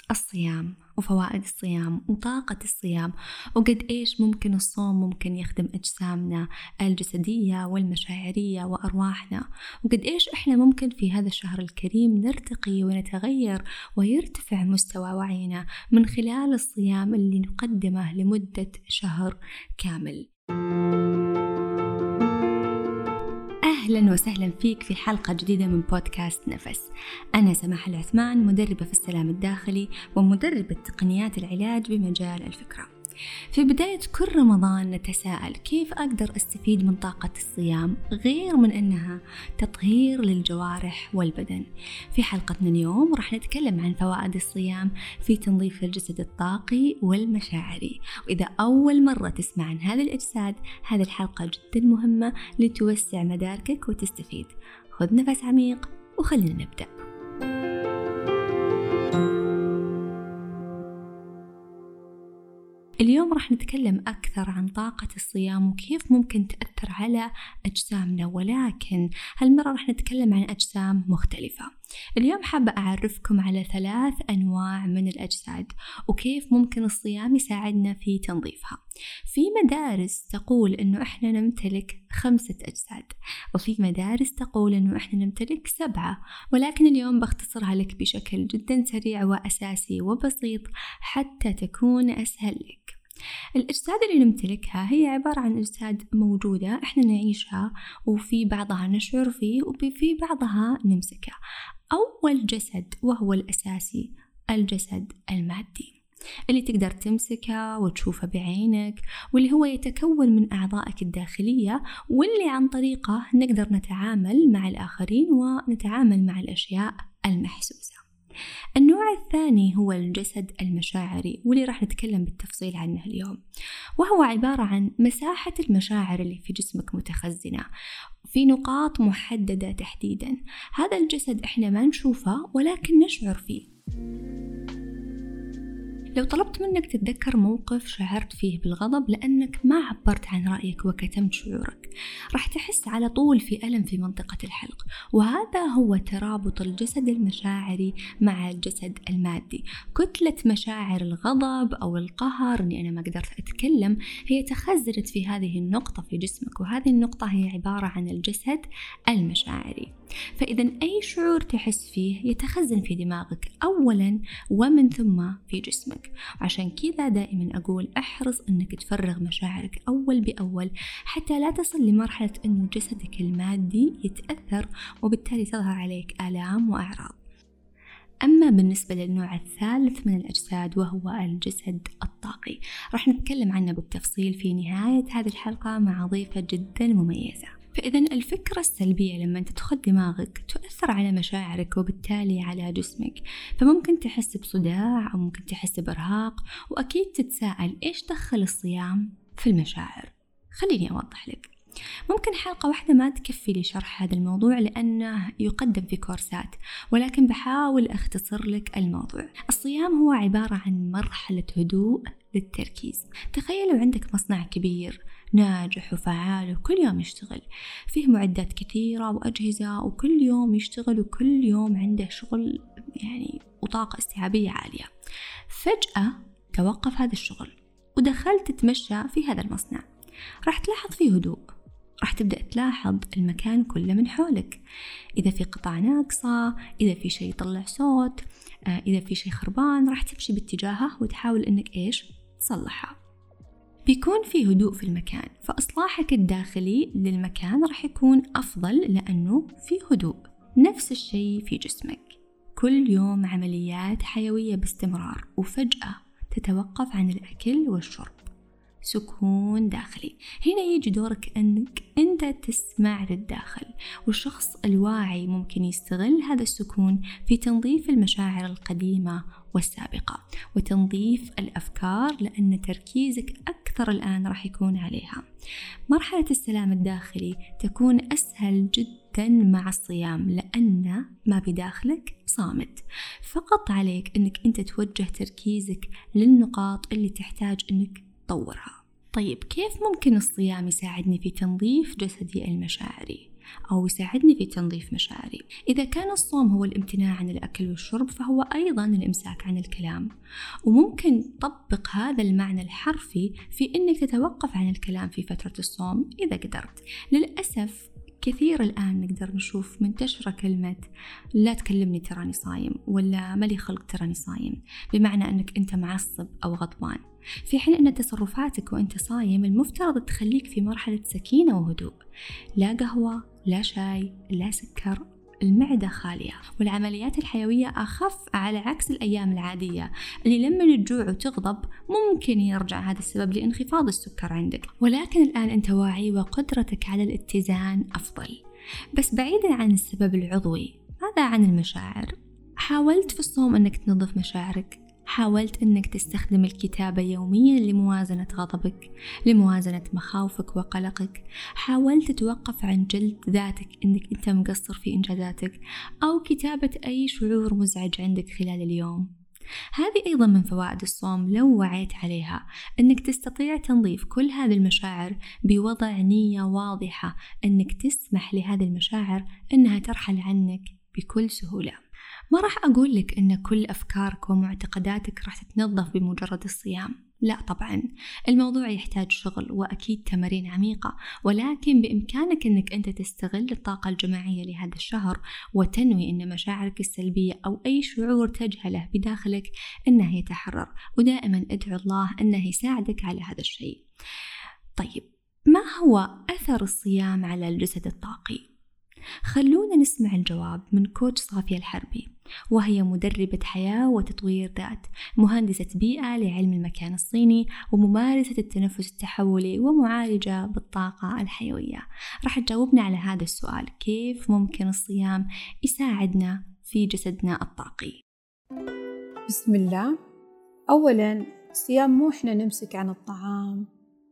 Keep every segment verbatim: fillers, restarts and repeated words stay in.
الصيام وفوائد الصيام وطاقة الصيام، وقد إيش ممكن الصوم ممكن يخدم أجسامنا الجسدية والمشاعرية وأرواحنا، وقد إيش إحنا ممكن في هذا الشهر الكريم نرتقي ونتغير ويرتفع مستوى وعينا من خلال الصيام اللي نقدمه لمدة شهر كامل. أهلا وسهلا فيك في حلقة جديدة من بودكاست نفس. أنا سماح العثمان، مدربة في السلام الداخلي ومدربة تقنيات العلاج بمجال الفكرة. في بداية كل رمضان نتساءل كيف أقدر أستفيد من طاقة الصيام غير من أنها تطهير للجوارح والبدن. في حلقتنا اليوم راح نتكلم عن فوائد الصيام في تنظيف الجسد الطاقي والمشاعري، وإذا أول مرة تسمع عن هذه الأجساد هذه الحلقة جدا مهمة لتوسع مداركك وتستفيد. خذ نفس عميق وخلينا نبدأ. اليوم راح نتكلم أكثر عن طاقة الصيام وكيف ممكن تأثر على أجسامنا، ولكن هالمرة راح نتكلم عن أجسام مختلفة. اليوم حابة أعرفكم على ثلاث أنواع من الأجساد وكيف ممكن الصيام يساعدنا في تنظيفها. في مدارس تقول إنه إحنا نمتلك خمسة أجساد، وفي مدارس تقول إنه إحنا نمتلك سبعة، ولكن اليوم بختصرها لك بشكل جدا سريع وأساسي وبسيط حتى تكون أسهل لك. الأجساد اللي نمتلكها هي عبارة عن أجساد موجودة إحنا نعيشها، وفي بعضها نشعر فيه وفي بعضها نمسكه. أول جسد وهو الأساسي الجسد المادي اللي تقدر تمسكه وتشوفه بعينك، واللي هو يتكون من أعضائك الداخلية، واللي عن طريقه نقدر نتعامل مع الآخرين ونتعامل مع الأشياء المحسوسة. النوع الثاني هو الجسد المشاعري، واللي راح نتكلم بالتفصيل عنه اليوم، وهو عبارة عن مساحة المشاعر اللي في جسمك متخزنة في نقاط محددة تحديدا. هذا الجسد إحنا ما نشوفه ولكن نشعر فيه. لو طلبت منك تتذكر موقف شعرت فيه بالغضب لأنك ما عبرت عن رأيك وكتمت شعورك، راح تحس على طول في ألم في منطقة الحلق، وهذا هو ترابط الجسد المشاعري مع الجسد المادي. كتلة مشاعر الغضب أو القهر إني أنا ما قدرت أتكلم هي تخزنت في هذه النقطة في جسمك، وهذه النقطة هي عبارة عن الجسد المشاعري. فإذا أي شعور تحس فيه يتخزن في دماغك أولا ومن ثم في جسمك. عشان كذا دائما أقول احرص أنك تفرغ مشاعرك أول بأول حتى لا تصل لمرحلة أن جسدك المادي يتأثر وبالتالي تظهر عليك آلام وأعراض. أما بالنسبة للنوع الثالث من الأجساد وهو الجسد الطاقي، راح نتكلم عنه بالتفصيل في نهاية هذه الحلقة مع ضيفة جدا مميزة. فإذا الفكرة السلبية لما تدخل دماغك تؤثر على مشاعرك وبالتالي على جسمك، فممكن تحس بصداع أو ممكن تحس بإرهاق، وأكيد تتساءل إيش دخل الصيام في المشاعر؟ خليني أوضح لك. ممكن حلقة واحدة ما تكفي لشرح هذا الموضوع لأنه يقدم في كورسات، ولكن بحاول أختصر لك الموضوع. الصيام هو عبارة عن مرحلة هدوء للتركيز. تخيلوا عندك مصنع كبير ناجح وفعال وكل يوم يشتغل، فيه معدات كثيرة وأجهزة وكل يوم يشتغل وكل يوم عنده شغل يعني وطاقة استيعابية عالية. فجأة توقف هذا الشغل ودخلت تتمشى في هذا المصنع، راح تلاحظ فيه هدوء، راح تبدأ تلاحظ المكان كله من حولك. إذا في قطع ناقصة، إذا في شيء يطلع صوت، إذا في شيء خربان، راح تمشي باتجاهه وتحاول إنك إيش تصلحها. بيكون في هدوء في المكان، فإصلاحك الداخلي للمكان راح يكون أفضل لأنه في هدوء. نفس الشيء في جسمك، كل يوم عمليات حيوية باستمرار وفجأة تتوقف عن الأكل والشرب، سكون داخلي. هنا يجي دورك أنك أنت تسمع للداخل، والشخص الواعي ممكن يستغل هذا السكون في تنظيف المشاعر القديمة والسابقة وتنظيف الأفكار، لأن تركيزك أكثر الآن راح يكون عليها. مرحلة السلام الداخلي تكون أسهل جدا مع الصيام لأن ما بداخلك صامت، فقط عليك أنك أنت توجه تركيزك للنقاط اللي تحتاج أنك تطورها. طيب كيف ممكن الصيام يساعدني في تنظيف جسدي المشاعري؟ أو يساعدني في تنظيف مشاعري. إذا كان الصوم هو الامتناع عن الأكل والشرب فهو أيضا الإمساك عن الكلام، وممكن تطبق هذا المعنى الحرفي في أنك تتوقف عن الكلام في فترة الصوم إذا قدرت. للأسف كثير الآن نقدر نشوف منتشرة كلمة لا تكلمني تراني صايم، ولا مالي خلق تراني صايم، بمعنى أنك أنت معصب أو غضبان، في حين أن تصرفاتك وأنت صايم المفترض تخليك في مرحلة سكينة وهدوء. لا قهوة، لا شاي، لا سكر، المعدة خالية، والعمليات الحيوية أخف على عكس الأيام العادية اللي لما تجوع وتغضب ممكن يرجع هذا السبب لانخفاض السكر عندك. ولكن الآن أنت واعي وقدرتك على الاتزان أفضل. بس بعيدا عن السبب العضوي، ماذا عن المشاعر؟ حاولت في الصوم أنك تنظف مشاعرك؟ حاولت أنك تستخدم الكتابة يوميا لموازنة غضبك، لموازنة مخاوفك وقلقك؟ حاولت تتوقف عن جلد ذاتك أنك أنت مقصر في إنجازاتك، أو كتابة أي شعور مزعج عندك خلال اليوم؟ هذه أيضا من فوائد الصوم لو وعيت عليها، أنك تستطيع تنظيف كل هذه المشاعر بوضع نية واضحة أنك تسمح لهذه المشاعر أنها ترحل عنك بكل سهولة. ما راح أقول لك أن كل أفكارك ومعتقداتك راح تتنظف بمجرد الصيام، لا طبعا، الموضوع يحتاج شغل وأكيد تمارين عميقة، ولكن بإمكانك أنك أنت تستغل الطاقة الجماعية لهذا الشهر وتنوي أن مشاعرك السلبية أو أي شعور تجهله بداخلك أنه يتحرر، ودائما أدعو الله أنه يساعدك على هذا الشيء. طيب، ما هو أثر الصيام على الجسد الطاقي؟ خلونا نسمع الجواب من كوتش صافية الحربي، وهي مدربة حياة وتطوير ذات، مهندسة بيئة لعلم المكان الصيني، وممارسة التنفس التحولي، ومعالجة بالطاقة الحيوية. راح تجاوبنا على هذا السؤال: كيف ممكن الصيام يساعدنا في جسدنا الطاقي؟ بسم الله. أولا، الصيام مو إحنا نمسك عن الطعام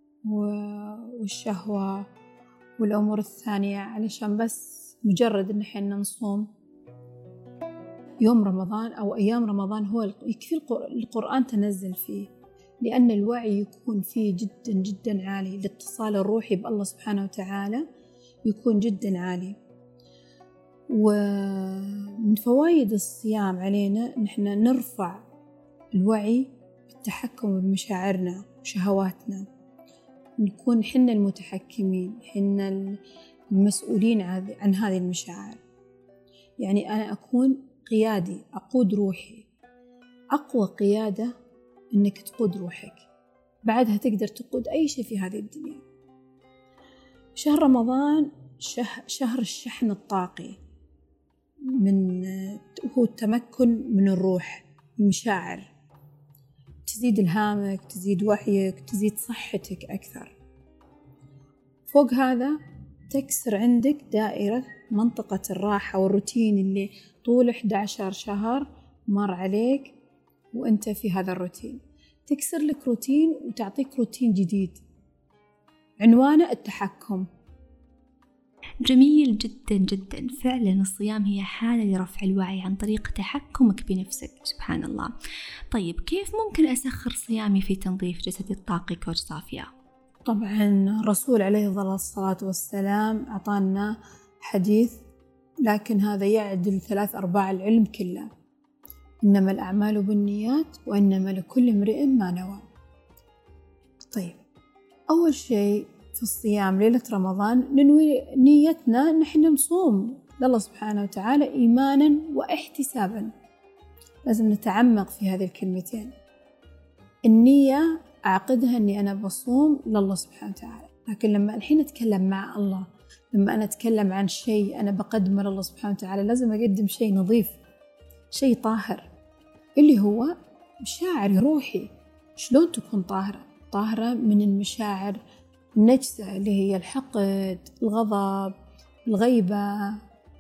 والشهوة والأمور الثانية علشان بس مجرد إن إحنا نصوم يوم رمضان أو أيام رمضان. هو يكفي القرآن تنزل فيه، لأن الوعي يكون فيه جدا جدا عالي، الاتصال الروحي بالله سبحانه وتعالى يكون جدا عالي. ومن فوائد الصيام علينا نحن نرفع الوعي بالتحكم بمشاعرنا وشهواتنا، نكون حنا المتحكمين، حنا المسؤولين عن هذه المشاعر. يعني أنا أكون قيادي، أقود روحي. أقوى قيادة أنك تقود روحك، بعدها تقدر تقود أي شيء في هذه الدنيا. شهر رمضان شهر الشحن الطاقي، من هو التمكن من الروح، المشاعر، تزيد إلهامك، تزيد وعيك، تزيد صحتك أكثر. فوق هذا تكسر عندك دائرة منطقة الراحة والروتين اللي طول إحدى عشر شهر مر عليك وأنت في هذا الروتين. تكسر لك روتين وتعطيك روتين جديد، عنوانه التحكم. جميل جدا جدا. فعلا الصيام هي حالة لرفع الوعي عن طريق تحكمك بنفسك. سبحان الله. طيب، كيف ممكن أسخر صيامي في تنظيف جسدي الطاقي كوتش صافية؟ طبعا الرسول عليه الصلاة والسلام أعطانا حديث، لكن هذا يعدل ثلاث أرباع العلم كله: إنما الأعمال بالنيات وإنما لكل امرئ ما نوى. طيب، أول شيء في الصيام ليلة رمضان ننوي نيتنا نحن نصوم لله سبحانه وتعالى إيمانا واحتسابا. لازم نتعمق في هذه الكلمتين. النية أعقدها أني أنا بصوم لله سبحانه وتعالى، لكن لما الحين أتكلم مع الله، لما أنا أتكلم عن شيء أنا بقدمه لله سبحانه وتعالى، لازم أقدم شيء نظيف، شيء طاهر، اللي هو مشاعري، روحي. شلون تكون طاهرة؟ طاهرة من المشاعر النجسة اللي هي الحقد، الغضب، الغيبة،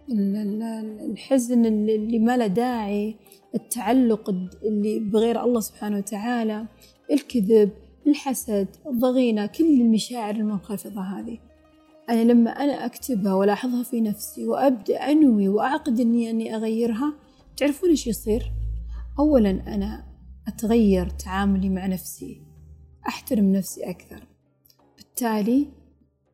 الحزن اللي ما له داعي، التعلق اللي بغير الله سبحانه وتعالى، الكذب، الحسد، الضغينة، كل المشاعر المنخفضة هذه. أنا لما أنا أكتبها ولاحظها في نفسي وأبدأ أنوي وأعقد إني أني أغيرها، تعرفون إيش يصير؟ أولاً أنا أتغير تعاملي مع نفسي، أحترم نفسي أكثر، بالتالي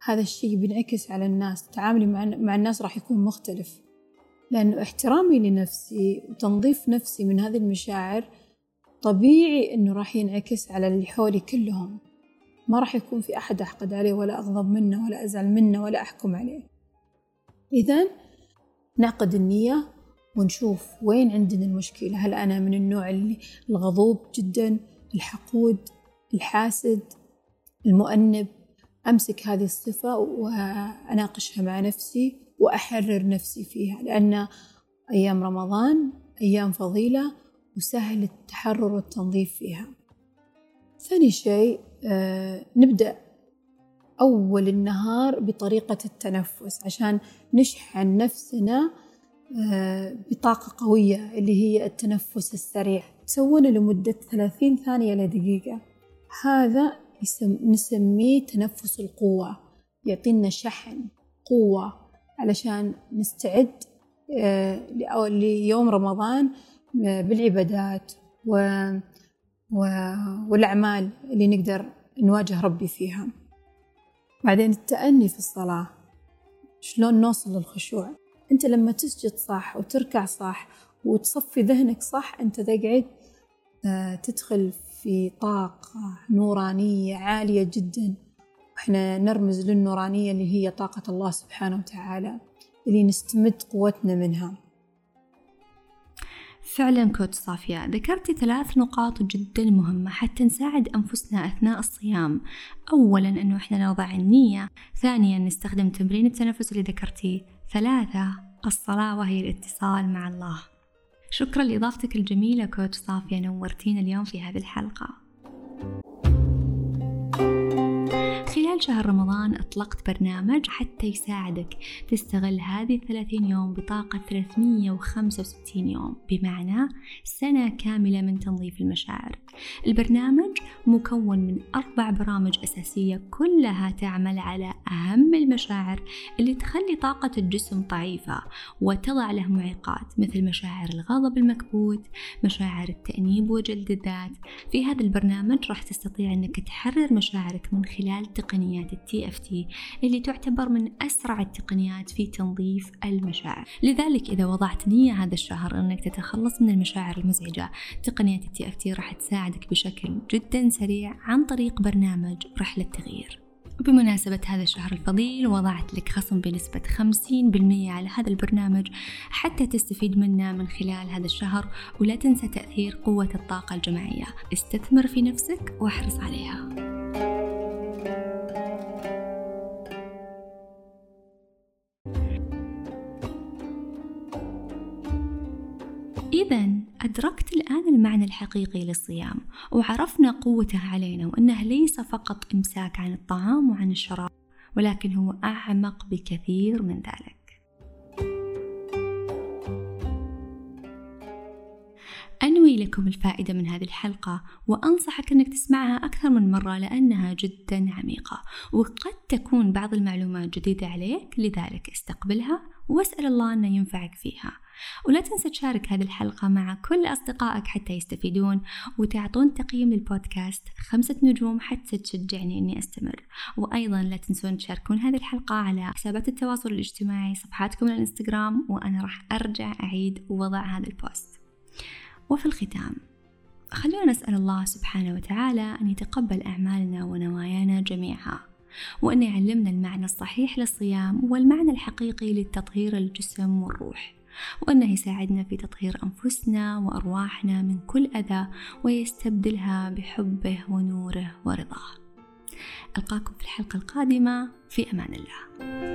هذا الشيء بينعكس على الناس، تعاملي مع مع الناس راح يكون مختلف، لأنه احترامي لنفسي وتنظيف نفسي من هذه المشاعر طبيعي إنه راح ينعكس على اللي حولي كلهم، ما راح يكون في أحد أحقد عليه ولا أغضب منه ولا أزعل منه ولا أحكم عليه. إذن نعقد النية ونشوف وين عندنا المشكلة. هل أنا من النوع اللي الغضوب جدا، الحقود، الحاسد، المؤنب؟ أمسك هذه الصفة وأناقشها مع نفسي وأحرر نفسي فيها، لأن أيام رمضان أيام فضيلة وسهل التحرر والتنظيف فيها. ثاني شيء آه نبدأ أول النهار بطريقة التنفس عشان نشحن نفسنا آه بطاقة قوية، اللي هي التنفس السريع. تسوونه لمدة ثلاثين ثانية لدقيقة. هذا يسم نسميه تنفس القوة، يعطينا شحن قوة علشان نستعد آه ليوم رمضان بالعبادات و... و... والأعمال اللي نقدر نواجه ربي فيها. بعدين التأني في الصلاة، شلون نوصل للخشوع؟ أنت لما تسجد صح وتركع صح وتصفي ذهنك صح، أنت تقعد تدخل في طاقة نورانية عالية جدا، وإحنا نرمز للنورانية اللي هي طاقة الله سبحانه وتعالى اللي نستمد قوتنا منها. فعلا كوتش صافية، ذكرتي ثلاث نقاط جدا مهمة حتى نساعد أنفسنا أثناء الصيام. أولا أنه إحنا نوضع النية، ثانيا نستخدم تمرين التنفس اللي ذكرتيه، ثلاثة الصلاة وهي الاتصال مع الله. شكرا لإضافتك الجميلة كوتش صافية، نورتينا اليوم في هذه الحلقة. خلال شهر رمضان أطلقت برنامج حتى يساعدك تستغل هذه الثلاثين يوم بطاقة ثلاثمية وخمسة وستين يوم، بمعنى سنة كاملة من تنظيف المشاعر. البرنامج مكون من أربع برامج أساسية كلها تعمل على أهم المشاعر اللي تخلي طاقة الجسم ضعيفة وتضع له معيقات، مثل مشاعر الغضب المكبوت، مشاعر التأنيب وجلد الذات. في هذا البرنامج راح تستطيع أنك تحرر مشاعرك من خلال تقنيات التي اف تي اللي تعتبر من أسرع التقنيات في تنظيف المشاعر. لذلك إذا وضعت نية هذا الشهر أنك تتخلص من المشاعر المزعجة، تقنية التي اف تي راح تساعدك بشكل جدا سريع عن طريق برنامج رحلة تغيير. بمناسبة هذا الشهر الفضيل وضعت لك خصم بنسبة خمسين بالمية على هذا البرنامج حتى تستفيد منه من خلال هذا الشهر. ولا تنسى تأثير قوة الطاقة الجماعية، استثمر في نفسك واحرص عليها. إذن أدركت الآن المعنى الحقيقي للصيام، وعرفنا قوته علينا، وأنه ليس فقط إمساك عن الطعام وعن الشراب، ولكن هو أعمق بكثير من ذلك. أنوي لكم الفائدة من هذه الحلقة، وأنصحك أنك تسمعها أكثر من مرة لأنها جدا عميقة، وقد تكون بعض المعلومات جديدة عليك، لذلك استقبلها واسأل الله أن ينفعك فيها. ولا تنسى تشارك هذه الحلقة مع كل أصدقائك حتى يستفيدون، وتعطون تقييم للبودكاست خمسة نجوم حتى تشجعني أني أستمر. وأيضا لا تنسون تشاركون هذه الحلقة على حسابات التواصل الاجتماعي، صفحاتكم الانستغرام، وأنا راح أرجع أعيد وضع هذا البوست. وفي الختام خلونا نسأل الله سبحانه وتعالى أن يتقبل أعمالنا ونوايانا جميعها، وأن يعلمنا المعنى الصحيح للصيام والمعنى الحقيقي للتطهير الجسم والروح، وأنه يساعدنا في تطهير أنفسنا وأرواحنا من كل أذى ويستبدلها بحبه ونوره ورضاه. ألقاكم في الحلقة القادمة، في أمان الله.